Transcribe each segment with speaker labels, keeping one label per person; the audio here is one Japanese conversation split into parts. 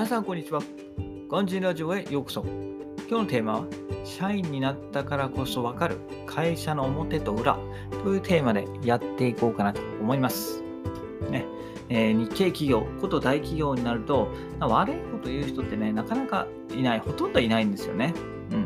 Speaker 1: 皆さんこんにちは。ガンジーラジオへようこそ。今日のテーマは、社員になったからこそわかる会社の表と裏というテーマでやっていこうかなと思います。ね日系企業こと大企業になると、悪いこと言う人ってね、なかなかいない、ほとんどいないんですよね。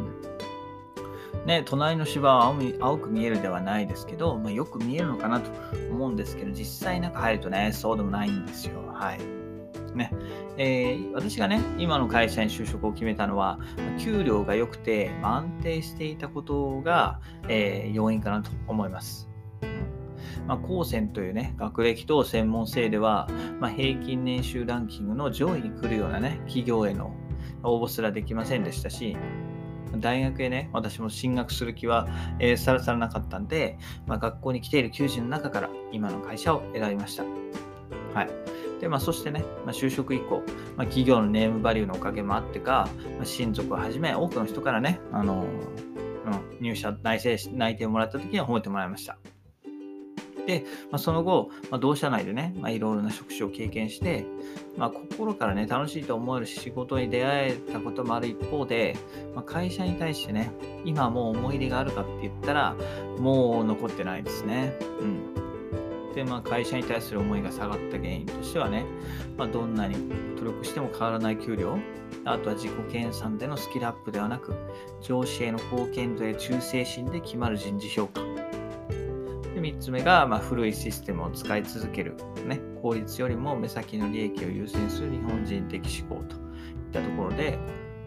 Speaker 1: 隣の芝は青く見えるではないですけど、よく見えるのかなと思うんですけど、実際中入るとね、そうでもないんですよ。はい。ね私がね、今の会社に就職を決めたのは、給料が良くて、安定していたことが、要因かなと思います。高専というね、学歴と専門性では、平均年収ランキングの上位に来るようなね、企業への応募すらできませんでしたし、大学へね、私も進学する気は、さらさらなかったんで、学校に来ている求人の中から今の会社を選びました。はい。で、そしてね、就職以降、企業のネームバリューのおかげもあってか、親族をはじめ多くの人からね、入社内定をもらった時には褒めてもらいました。で、その後、同社内でね、いろいろな職種を経験して、心からね、楽しいと思える仕事に出会えたこともある一方で、会社に対してね、今もう思い入れがあるかって言ったら、もう残ってないですね。で、会社に対する思いが下がった原因としてはね、どんなに努力しても変わらない給料、あとは自己研鑽でのスキルアップではなく、上司への貢献度や忠誠心で決まる人事評価。で、3つ目が、古いシステムを使い続ける、効率よりも目先の利益を優先する日本人的思考といったところで、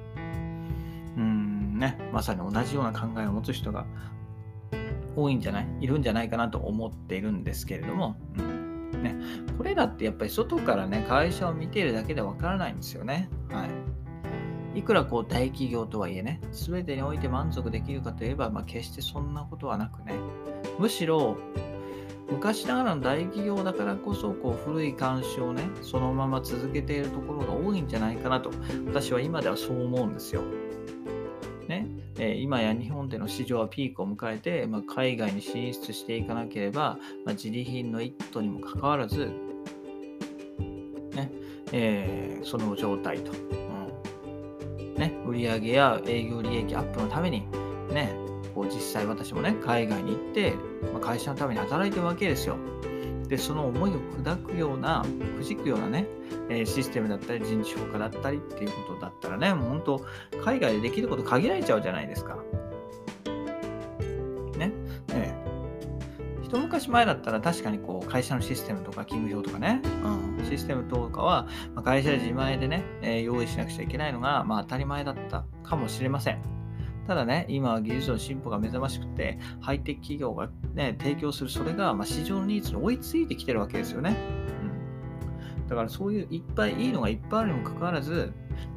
Speaker 1: まさに同じような考えを持つ人がいるんじゃないかなと思っているんですけれども、これらってやっぱり外からね、会社を見ているだけでわからないんですよね。いくら大企業とはいえね、全てにおいて満足できるかといえば、決してそんなことはなくね、むしろ昔ながらの大企業だからこそ古い慣習をね、そのまま続けているところが多いんじゃないかなと、私は今ではそう思うんですよ。今や日本での市場はピークを迎えて、海外に進出していかなければ、自利品の一途にもかかわらず、その状態と、売上や営業利益アップのために、実際私もね、海外に行って、会社のために働いてるわけですよ。で、その思いをくじくようなね、システムだったり人事評価だったりっていうことだったらね、もう本当、海外でできること限られちゃうじゃないですか。一昔前だったら確かに会社のシステムとか勤務表とかね、システムとかは、会社で自前でね、用意しなくちゃいけないのが、当たり前だったかもしれません。ただね、今は技術の進歩が目覚ましくて、ハイテク企業がね、提供するそれが、市場のニーズに追いついてきてるわけですよね。だからそういういいのがいっぱいあるにもかかわらず、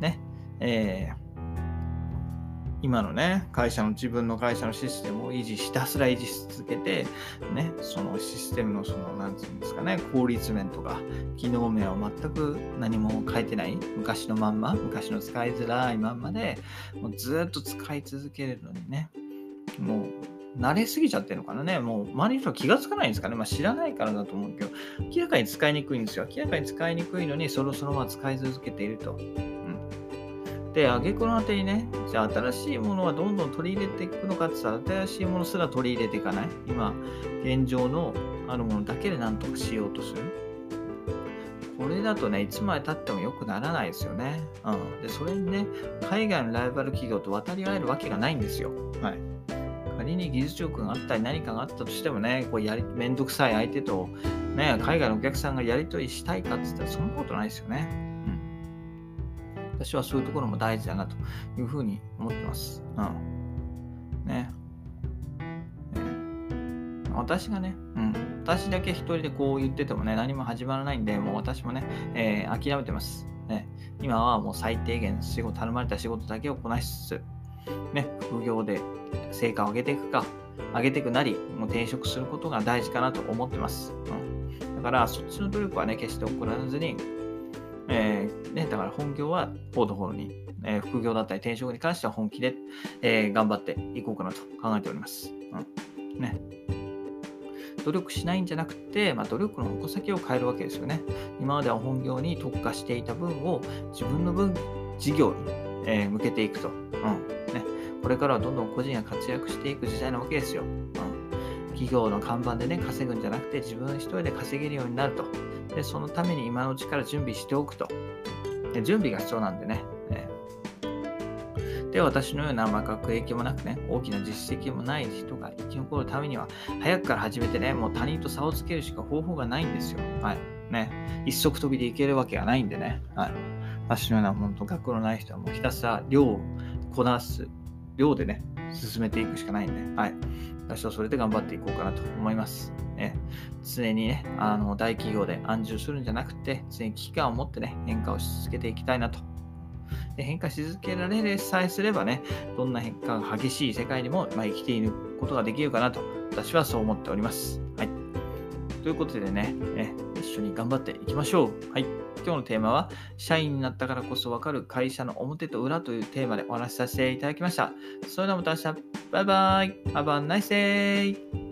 Speaker 1: 今のね、自分の会社のシステムをひたすら維持し続けて、そのシステムのなんていうんですかね、効率面とか、機能面は全く何も変えてない、昔の使いづらいまんまで、もうずっと使い続けるのにね、もう慣れすぎちゃってるのかなね、もう周りの人は気がつかないんですかね、知らないからだと思うけど、明らかに使いにくいんですよ。明らかに使いにくいのに、そのまま使い続けていると。で、挙句の果てにね、じゃあ新しいものはどんどん取り入れていくのかって言ったら、新しいものすら取り入れていかない。今、現状のあるものだけで何とかしようとする。これだとね、いつまで経っても良くならないですよね。で、それにね、海外のライバル企業と渡り合えるわけがないんですよ。仮に技術力があったり何かがあったとしてもね、めんどくさい相手と、海外のお客さんがやり取りしたいかって言ったら、そんなことないですよね。私はそういうところも大事だなというふうに思ってます。私がね、私だけ一人でこう言っててもね、何も始まらないんで、もう私もね、諦めてます。今はもう最低限頼まれた仕事だけをこなしつつ、副業で成果を上げていくなり、もう転職することが大事かなと思ってます。だからそっちの努力はね、決して行わずに、だから本業はポートフォローに、副業だったり転職に関しては本気で、頑張っていこうかなと考えております。 努力しないんじゃなくて、努力の矛先を変えるわけですよね。今までは本業に特化していた分を自分の事業に、向けていくと。ね。これからはどんどん個人が活躍していく時代なわけですよ。企業の看板でね、稼ぐんじゃなくて自分一人で稼げるようになると。で、そのために今のうちから準備しておくと。で、準備が必要なんでね。で、私のような学歴もなくね、大きな実績もない人が生き残るためには、早くから始めてね、もう他人と差をつけるしか方法がないんですよ。はい。ね。一足飛びでいけるわけがないんでね。はい。私のような本当学のない人はもうひたすら量をこなす、量でね、進めていくしかないんで、はい。私はそれで頑張っていこうかなと思います。常にね、大企業で安住するんじゃなくて、常に危機感を持ってね、変化をし続けていきたいなと。で、変化し続けられるさえすればね、どんな変化が激しい世界にも、生きていることができるかなと、私はそう思っております。はい。ということでね、一緒に頑張っていきましょう。はい。今日のテーマは、社員になったからこそわかる会社の表と裏というテーマでお話しさせていただきました。それではまた明日。バイバイ。Have a nice day.